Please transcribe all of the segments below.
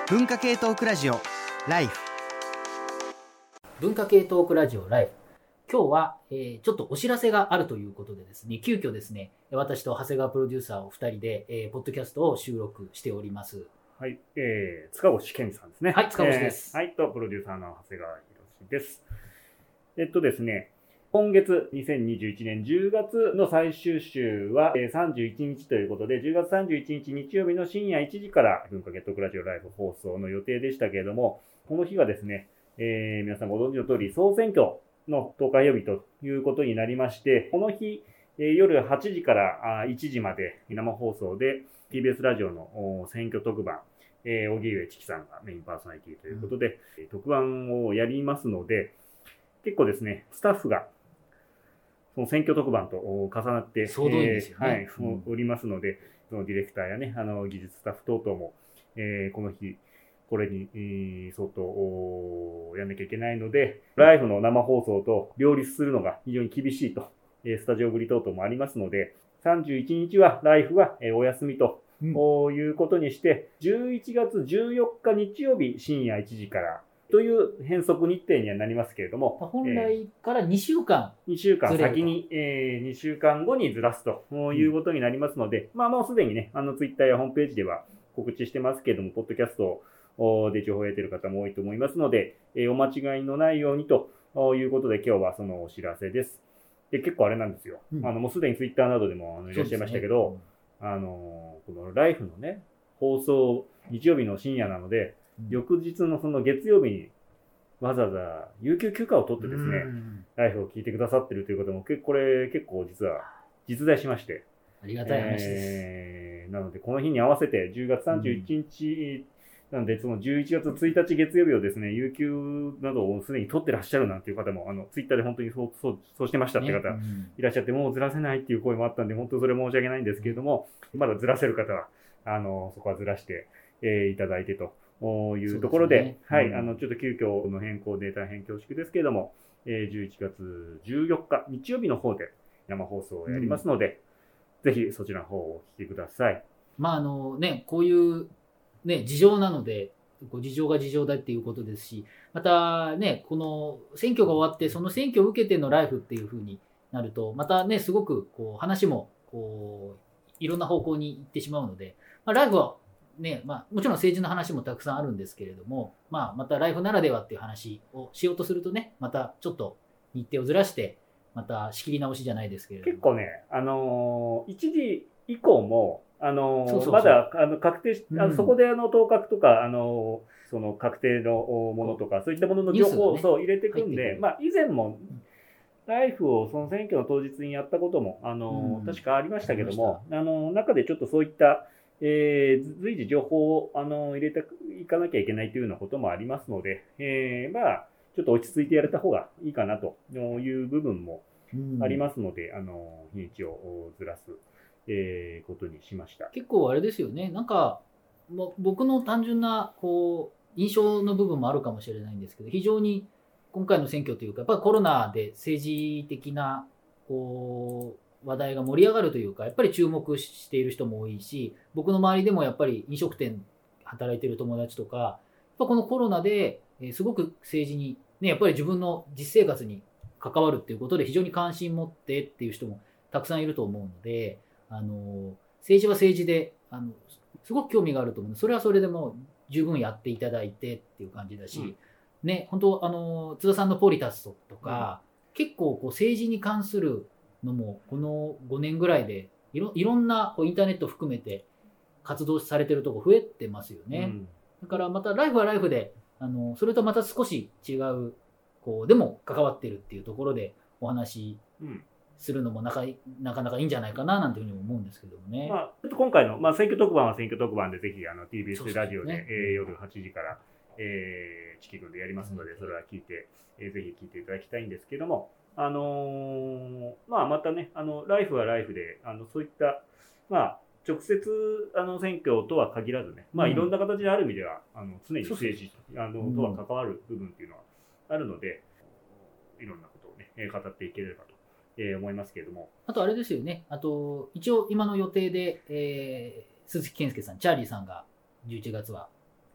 文化系トークラジオライフ。 文化系トークラジオライフ。今日は、ちょっとお知らせがあるということでですね、急遽ですね、私と長谷川プロデューサーお二人で、ポッドキャストを収録しております。 はい、塚越健二さんですね。 はい、塚越です。 はい、とプロデューサーの長谷川博です。ですね、今月2021年10月の最終週は31日ということで、10月31日日曜日の深夜1時から文化系トークラジオライブ放送の予定でしたけれども、この日がですね、皆さんご存知の通り総選挙の投開票日ということになりまして、この日、夜8時から1時まで生放送で TBS ラジオの選挙特番、荻上チキさんがメインパーソナリティということで、特番をやりますので、結構ですね、スタッフがその選挙特番と重なって、 総動員ですよね。 おりますので、そのディレクターやね、技術スタッフ等々も、この日、これに相当やんなきゃいけないので、ライブの生放送と両立するのが非常に厳しいと、スタジオぶり等々もありますので、31日はライフはお休みということにして、11月14日日曜日深夜1時からという変則日程にはなりますけれども、 本来から2週間先に、2週間後にずらすということになりますので、もうすでにね、ツイッターやホームページでは告知してますけれども、ポッドキャストで情報を得ている方も多いと思いますので、お間違いのないようにということで、今日はそのお知らせです。で、結構あれなんですよ。もうすでにツイッターなどでもいらっしゃいましたけど、このライフのね、放送、日曜日の深夜なので、翌日のその月曜日にわざわざ有給休暇を取ってですね、ライフを聞いてくださってるということも、これ結構実は実在しまして。 ありがたい話です。 なので、この日に合わせて10月31日、なので、その11月1日月曜日をですね、有給などをすでに取ってらっしゃるなんていう方も、ツイッターで本当にそうしてましたっていう方いらっしゃって、もうずらせないっていう声もあったんで、本当それ申し訳ないんですけれども、まだずらせる方は、そこはずらして、いただいてというところで、はい、ちょっと急遽の変更で大変恐縮ですけれども、11月14日日曜日の方で生放送をやりますので、ぜひそちらの方をお聞きください。 こういうね、事情なので、事情が事情だっていうことですし、またね、この選挙が終わって、その選挙を受けてのライフっていう風になると、またね、すごくこう話もこういろんな方向に行ってしまうので、ライフはね、もちろん政治の話もたくさんあるんですけれども、またライフならではっていう話をしようとするとね、またちょっと日程をずらして、また仕切り直しじゃないですけれども。 結構ね、1時以降も、まだ確定し、そこで当確とか、その確定のものとか、そういったものの情報を入れていくんで、以前も、ライフをその選挙の当日にやったことも、確かありましたけども、中でちょっとそういった、随時情報を入れていかなきゃいけないというようなこともありますので、ちょっと落ち着いてやれた方がいいかなという部分もありますので、日にちをずらす。ことにしました。 結構あれですよね。なんか僕の単純なこう印象の部分もあるかもしれないんですけど、非常に今回の選挙というか、やっぱりコロナで政治的なこう話題が盛り上がるというか、やっぱり注目している人も多いし、僕の周りでもやっぱり飲食店働いている友達とか、やっぱこのコロナですごく政治にね、やっぱり自分の実生活に関わるっていうことで非常に関心持ってっていう人もたくさんいると思うので。政治は政治ですごく興味があると思うので、それはそれでも十分やっていただいてっていう感じだし、ね、本当津田さんのポリタスとか、結構こう政治に関するのもこの5年ぐらいでいろんなこうインターネット含めて活動されてるとこ増えてますよね。だからまたライフはライフでそれとまた少し違うこうでも関わってるっていうところでお話するのもなかなかいいんじゃないかななんていうふうに思うんですけどもね。 ちょっと今回の、選挙特番は選挙特番でぜひTBS ラジオで、夜8時から、チキ君でやりますので、それは聞いて、ぜひ聞いていただきたいんですけども、またね、ライフはライフで、そういった、直接選挙とは限らずね、いろんな形である意味では常に政治とは関わる部分っていうのはあるので、いろんなことをね語っていければと。思いますけれども、 あとあれですよね、あと一応今の予定で、鈴木健介さん、チャーリーさんが11月は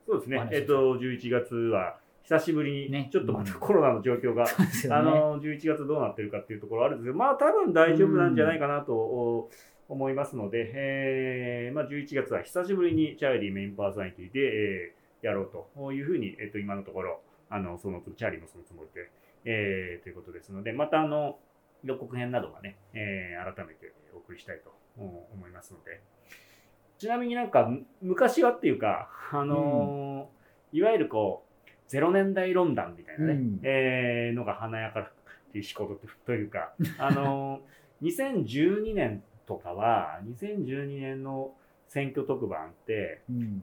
そうですね。 お話ししましょ 11月は久しぶりにねちょっとまたコロナの状況が、 そうですよね。 11月どうなってるかっていうところあるんですけど、まあ多分大丈夫なんじゃないかなと思いますので、まあ11月は久しぶりにチャーリーメインパーソナリティで、やろうというふうに、今のところチャーリーもそのつもりで、ということですので、また予告編などはね、改めてお送りしたいと思いますので。ちなみになんか昔はっていうか、いわゆるこう0年代論壇みたいなね、のが華やかっていう仕事というか、2012年とかは2012年の選挙特番って、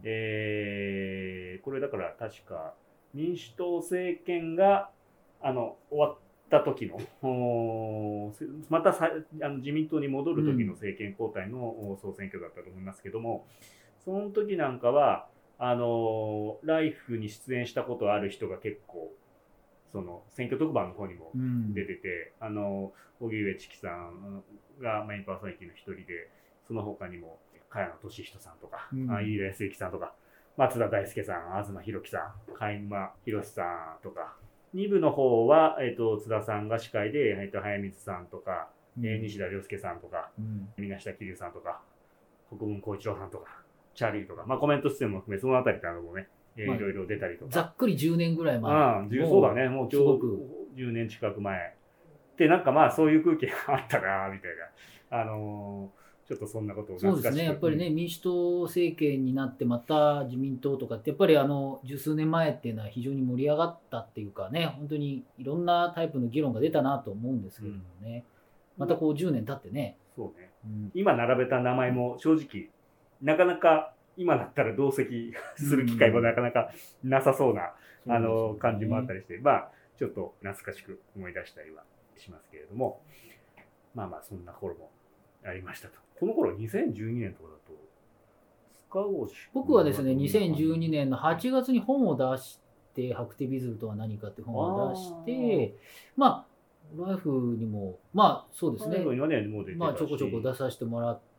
これだから確か民主党政権が終わった時のまた自民党に戻る時の政権交代の総選挙だったと思いますけども、その時なんかはライフに出演したことある人が結構その選挙特番の方にも出てて、荻上チキさんがメインパーソナリティの一人で、その他にも茅野俊人さんとか、飯田康之さんとか、松田大輔さん、東博樹さん、海馬博さんとか、2部の方は、津田さんが司会で、早水さんとか、西田亮介さんとか、水下桐生さんとか、国分光一郎さんとか、チャーリーとか、まあコメント出演も含め、そのあたりからもね、いろいろ出たりとか。 ざっくり10年ぐらい前。 そうだね、もう10年近く前。で、なんかまあそういう空気があったな、みたいな。ちょっとそんなことを懐かしく。 そうですね、やっぱりね、民主党政権になってまた自民党とかって、やっぱり十数年前っていうのは非常に盛り上がったっていうかね、本当にいろんなタイプの議論が出たなと思うんですけどもね、またこう10年経ってね。 そうね。今並べた名前も正直、なかなか今だったら同席する機会もなかなかなさそうな、感じもあったりして、まあ、ちょっと懐かしく思い出したりはしますけれども、まあまあ、そんな頃もありましたと。この頃2012年とかだと、 僕はですね、2012年の8月に本を出して、ハクティビズムとは何かって本を出して、まあ、ライフにも、まあそうですね、まあちょこちょこ出させてもらって、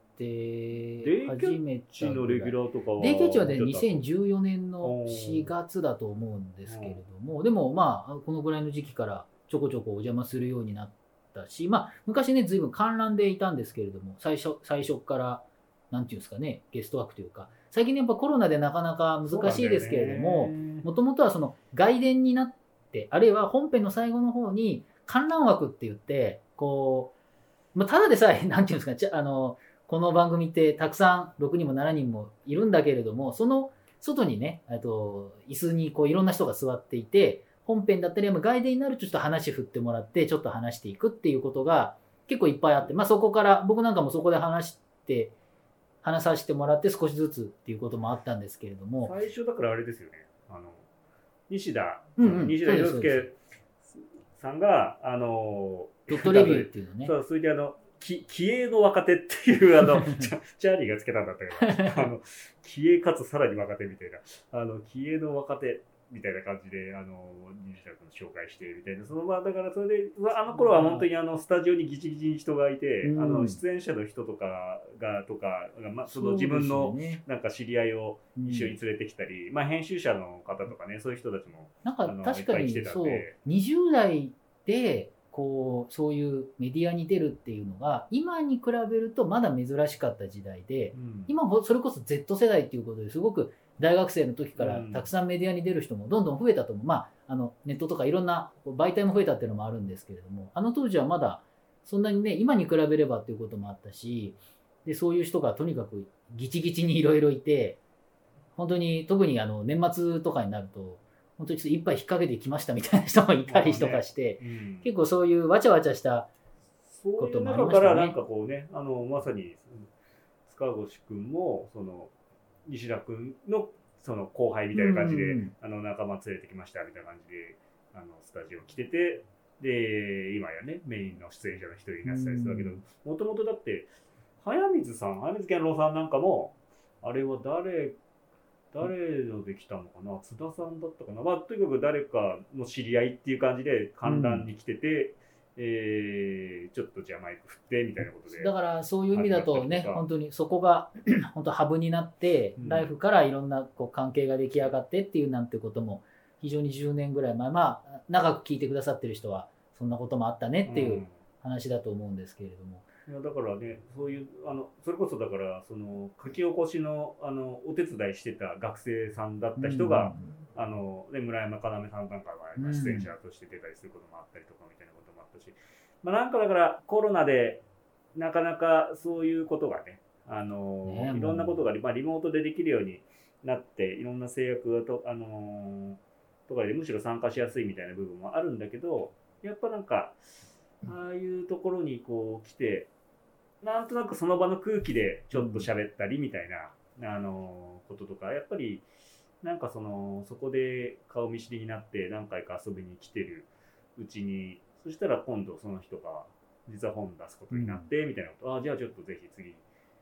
初めて。 のレギュラーとかはデイキャッチはね、2014年の4月だと思うんですけれども、でもまあ、このぐらいの時期からちょこちょこお邪魔するようになったし、まあ、昔ね、ずいぶん観覧でいたんですけれども、最初から、なんていうんですかね、ゲスト枠というか、最近ね、やっぱコロナでなかなか難しいですけれども、もともとはその外伝になって、あるいは本編の最後の方に観覧枠って言って、こう、まあ、ただでさえ、なんていうんですか、この番組ってたくさん6人も7人もいるんだけれども、その外にね、椅子にこういろんな人が座っていて、本編だったり、外伝になるとちょっと話振ってもらって、ちょっと話していくっていうことが結構いっぱいあって、まあそこから、僕なんかもそこで話させてもらって少しずつっていうこともあったんですけれども。 最初だからあれですよね。西田洋介さんが、 ドットレビューっていうのね。 そう、それで気鋭の若手っていうチャーリーがつけたんだったけど、気鋭かつさらに若手みたいな、気鋭の若手みたいな感じで、西田君紹介してみたいな、だからそれで、頃は本当にスタジオにギチギチに人がいて、出演者の人とかが、その自分のなんか知り合いを一緒に連れてきたり、まあ編集者の方とかね、そういう人たちも、 なんか確かにそう、20代で、こうそういうメディアに出るっていうのが今に比べるとまだ珍しかった時代で、今それこそ Z 世代っていうことですごく大学生の時からたくさんメディアに出る人もどんどん増えたと思う。まあネットとかいろんな媒体も増えたっていうのもあるんですけれども、当時はまだそんなにね、今に比べればっていうこともあったし、でそういう人がとにかくギチギチにいろいろいて、本当に特に年末とかになると本当にちょっと一杯引っ掛けてきましたみたいな人もいたりとかして、結構そういうわちゃわちゃしたこともありましたね。 そういう中からなんかこうね、まさに塚越くんも西田くんの後輩みたいな感じで、仲間連れてきましたみたいな感じでスタジオ来てて、で今やねメインの出演者の一人になってたりするわけど、もともとだって早水健郎さんなんかもあれは誰ので来たのかな、津田さんだったかな、まあとにかく誰かの知り合いっていう感じで観覧に来てて、 ちょっとじゃあマイク振ってみたいなことで。 だからそういう意味だとね、本当にそこが本当ハブになって、ライフからいろんなこう関係が出来上がってっていうなんてことも非常に10年ぐらい前、まあ長く聞いてくださってる人はそんなこともあったねっていう話だと思うんですけれども。 いやだからね、そういうそれこそだからその書き起こしのお手伝いしてた学生さんだった人が、村山要さんなんかは出演者として出たりすることもあったりとかみたいなこともあったし、まあ、なんかだからコロナでなかなかそういうことがね、いろんなことが、まあ、リモートでできるようになっていろんな制約ととかでむしろ参加しやすいみたいな部分もあるんだけど、やっぱなんかああいうところにこう来てなんとなくその場の空気でちょっと喋ったりみたいな、こととかやっぱりなんかそこで顔見知りになって何回か遊びに来てるうちに、そしたら今度その人が実は本出すことになってみたいなこと、じゃあちょっとぜひ次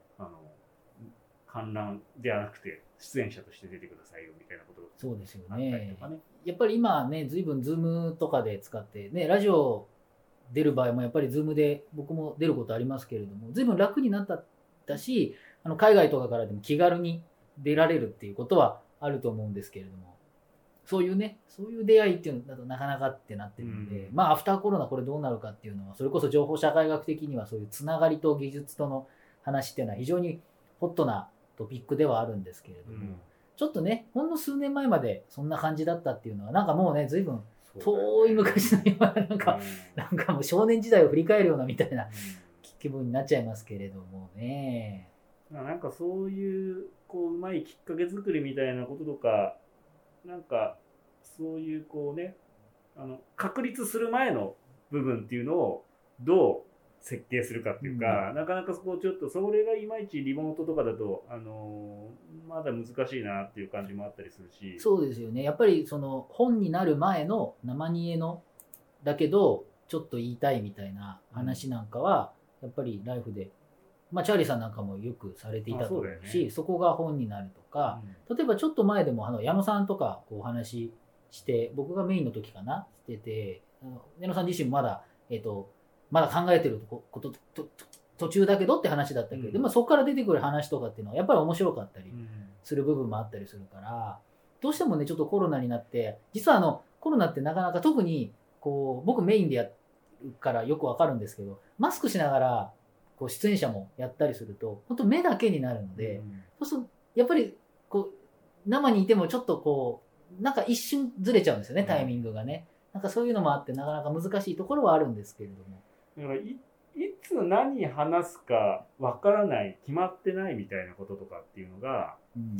観覧ではなくて出演者として出てくださいよみたいなことがそうですよあったりね。 とかね。 やっぱり今ね、随分ズームとかで使ってね、ラジオ出る場合もやっぱりズームで僕も出ることありますけれども、随分楽になったし、海外とかからでも気軽に出られるっていうことはあると思うんですけれども、そういうね、そういう出会いっていうのだとなかなかってなってるので、まあアフターコロナこれどうなるかっていうのは、それこそ情報社会学的にはそういうつながりと技術との話っていうのは非常にホットなトピックではあるんですけれども、ちょっとね、ほんの数年前までそんな感じだったっていうのは、なんかもうね、随分遠い昔の今なんかもう少年時代を振り返るようなみたいな気分になっちゃいますけれどもね。 なんかそういうこううまいきっかけ作りみたいなこととか、なんかそういうこうね、確立する前の部分っていうのをどう設計するかっていうか、なかなかそこちょっとそれがいまいちリモートとかだとまだ難しいなっていう感じもあったりするし。 そうですよね。やっぱりその本になる前の生煮えのだけどちょっと言いたいみたいな話なんかは、やっぱりライフで、まあチャーリーさんなんかもよくされていたと思うし、そこが本になるとか、例えばちょっと前でも矢野さんとかこうお話しして、僕がメインの時かなしてて、矢野さん自身まだまだ考えてること途中だけどって話だったけど、でもそこから出てくる話とかっていうのはやっぱり面白かったりする部分もあったりするから、どうしてもねちょっとコロナになって、実はコロナってなかなか特にこう僕メインでやるからよくわかるんですけど、マスクしながらこう出演者もやったりすると本当目だけになるので、そうするとやっぱりこう生にいてもちょっとこうなんか一瞬ずれちゃうんですよね、タイミングがね。なんかそういうのもあってなかなか難しいところはあるんですけれども。 だからいつ何話すかわからない、決まってないみたいなこととかっていうのが、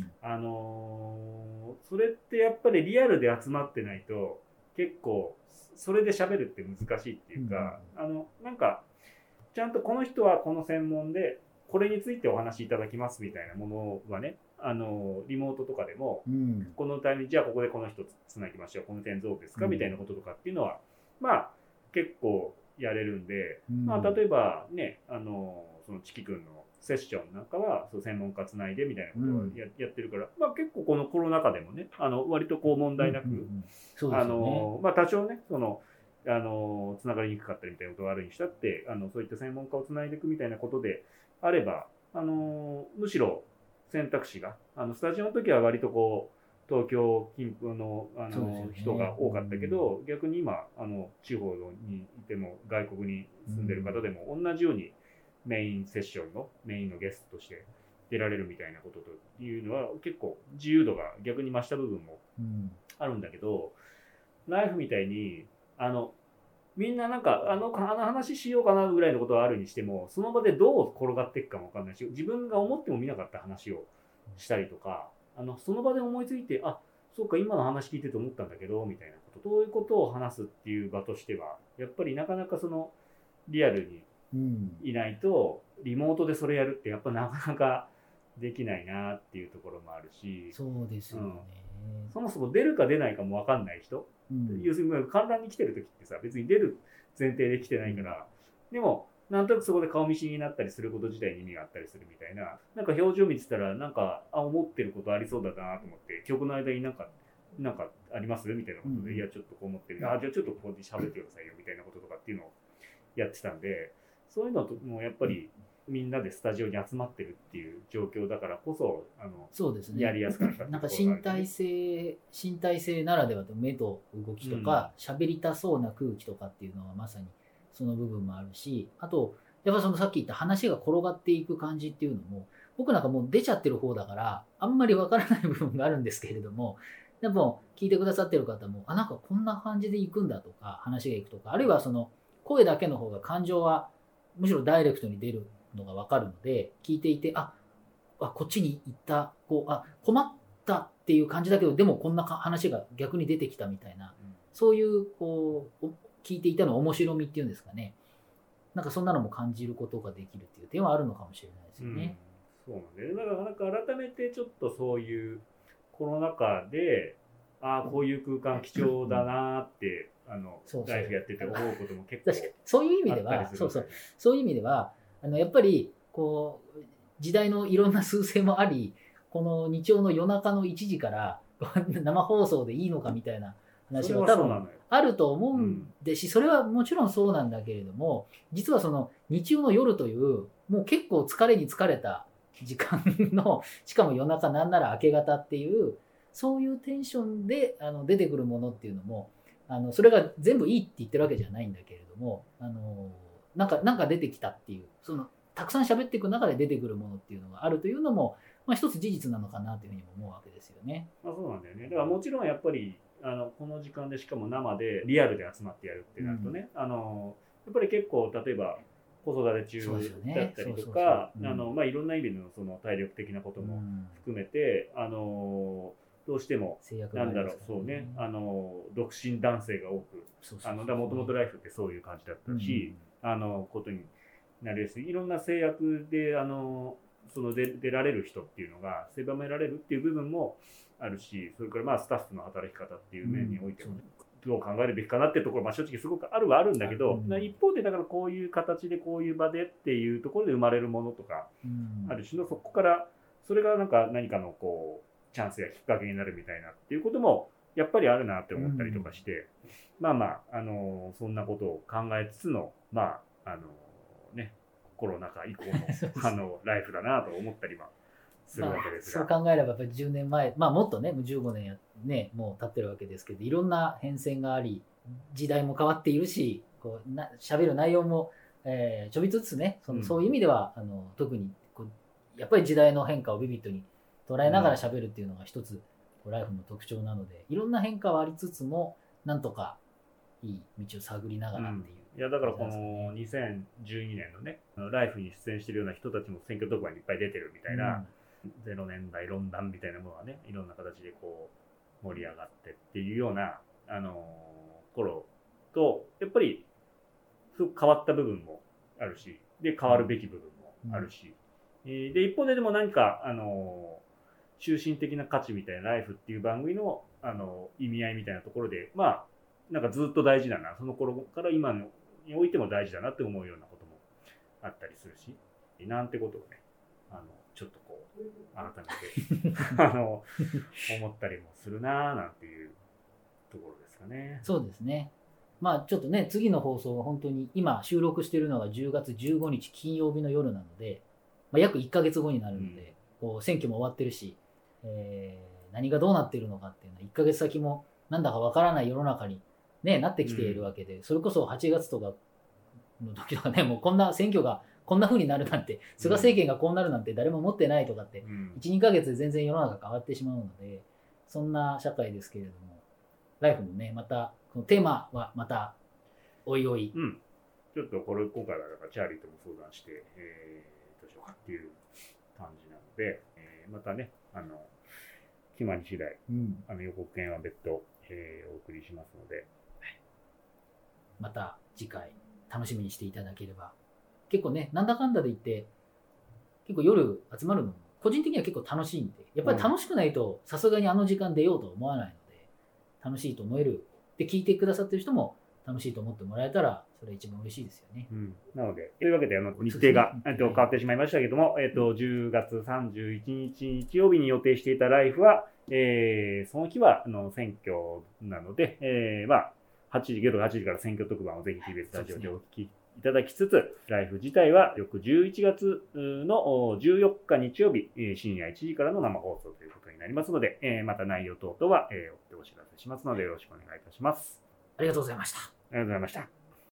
それってやっぱりリアルで集まってないと結構それで喋るって難しいっていうか、なんかちゃんとこの人はこの専門でこれについてお話しいただきますみたいなものはね、リモートとかでも、このタイミングじゃあここでこの人つなぎましょう、この点どうですかみたいなこととかっていうのはまあ結構やれるんで、まあ、例えばね、そのチキ君のセッションなんかはそう専門家つないでみたいなことをやってるから、まあ、結構このコロナ禍でもね割とこう問題なく、まあ、多少ねつながりにくかったりみたいなことがあるにしたってそういった専門家をつないでいくみたいなことであればむしろ選択肢がスタジオの時は割とこう東京近郊の、人が多かったけど、逆に今地方にいても外国に住んでる方でも同じようにメインセッションのメインのゲストとして出られるみたいなことというのは結構自由度が逆に増した部分もあるんだけど、ライフみたいにみんななんか話しようかなぐらいのことはあるにしても、その場でどう転がっていくかも分かんないし、自分が思っても見なかった話をしたりとか、その場で思いついて、そうか今の話聞いてて思ったんだけどみたいなこと、そういうことを話すっていう場としてはやっぱりなかなかそのリアルにいないと、リモートでそれやるってやっぱなかなかできないなっていうところもあるし、 そうですよね、 そもそも出るか出ないかも分かんない人、要するに観覧に来てる時ってさ別に出る前提で来てないから、でもなんとなくそこで顔見知りになったりすること自体に意味があったりするみたいな、なんか表情見てたらなんか思ってることありそうだなと思って、曲の間になんかありますみたいなことで、いやちょっとこう思ってる、じゃあちょっとここで喋ってくださいよみたいなこととかっていうのをやってたんで、そういうのともやっぱりみんなでスタジオに集まってるっていう状況だからこそ、 そうですね、 やりやすかったっていうなんかところがあるね身体性ならではと目と動きとか喋、りたそうな空気とかっていうのはまさにその部分もあるし、あとやっぱそのさっき言った話が転がっていく感じっていうのも、僕なんかもう出ちゃってる方だからあんまりわからない部分があるんですけれども、でも聞いてくださってる方もなんかこんな感じでいくんだとか、話がいくとか、あるいはその声だけの方が感情はむしろダイレクトに出るのが分かるので、聞いていてこっちに行った、困ったっていう感じだけど、でもこんな話が逆に出てきたみたいな、そういう聞いていたの面白みっていうんですかね、なんかそんなのも感じることができるっていう点はあるのかもしれないですよね。 そうなんで、だからなんか改めてちょっとそういうコロナ禍でこういう空間貴重だなってライフやってて思うことも結構確かにそういう意味では、そういう意味ではやっぱり時代のいろんな趨勢もあり、この日曜の夜中の1時から生放送でいいのかみたいな話は多分あると思うんでし、それはもちろんそうなんだけれども、実はその日曜の夜というもう結構疲れに疲れた時間の、しかも夜中なんなら明け方っていうそういうテンションで出てくるものっていうのもそれが全部いいって言ってるわけじゃないんだけれども、なんか出てきたっていう、そのたくさん喋っていく中で出てくるものっていうのがあるというのも、一つ事実なのかなというふうにも思うわけですよね。 そうなんだよね。だからもちろんやっぱりこの時間でしかも生でリアルで集まってやるってなるとね、やっぱり結構例えば子育て中だったりとか、いろんな意味のその体力的なことも含めて、どうしても独身男性が多く、もともとライフってそういう感じだったし、ことになりやすい、いろんな制約で出られる人っていうのが狭められるっていう部分もあるし、それからスタッフの働き方っていう面においてもどう考えるべきかなっていうところ、正直すごくあるはあるんだけど、一方でだからこういう形でこういう場でっていうところで生まれるものとか、ある種のそこからそれが何かのチャンスやきっかけになるみたいなっていうこともやっぱりあるなって思ったりとかして、そんなことを考えつつのコロナ禍以降のライフだなと思ったりはするわけですが、 そう考えればやっぱり10年前、もっとね、もう15年もう経ってるわけですけど、いろんな変遷があり、時代も変わっているし、喋る内容も、ちょびつつね、そういう意味では特にやっぱり時代の変化をビビッドに捉えながら喋るっていうのが一つライフの特徴なので、いろんな変化はありつつもなんとかいい道を探りながらっていう、 いやだからこの2012年のねライフに出演してるような人たちも選挙特番にいっぱい出てるみたいな、0年代論壇みたいなものがね、いろんな形で盛り上がってっていうような頃と、やっぱりすごく変わった部分もあるし、で変わるべき部分もあるし、で一方でも何か中心的な価値みたいなライフっていう番組の意味合いみたいなところで、なんかずっと大事だな、その頃から今においても大事だなって思うようなこともあったりするし、なんてことをね、ちょっと改めて思ったりもするななんていうところですかね。 そうですね。ちょっとね、次の放送は本当に今収録しているのが10月15日金曜日の夜なので、約1ヶ月後になるので、選挙も終わってるし、何がどうなっているのかっていうのは1ヶ月先もなんだかわからない世の中に、なってきているわけで、それこそ8月とかの時とかね、もうこんな選挙がこんな風になるなんて、菅政権がこうなるなんて誰も思ってないとかって、1、2ヶ月で全然世の中変わってしまうので、そんな社会ですけれども、ライフもね、また、このテーマはまた、おいおい。 ちょっと今回はチャーリーとも相談して、どうしようかっていう感じなので、またね、決まり次第、予告編は別途、お送りしますので、 また次回楽しみにしていただければ。結構ね、なんだかんだで言って結構夜集まるのも個人的には結構楽しいんで、やっぱり楽しくないとさすがにあの時間出ようと思わないので、楽しいと思えるで聞いてくださってる人も楽しいと思ってもらえたらそれ一番嬉しいですよね。 なのでというわけで日程が変わってしまいましたけども、10月31日日曜日に予定していたライフは、その日は選挙なので、8時から選挙特番をぜひ TBS ラジオでお聞きいただきつつ、ライフ自体は翌11月の14日日曜日、深夜1時からの生放送ということになりますので、また内容等々は追ってお知らせしますのでよろしくお願いいたします。 ありがとうございました。 ありがとうございました。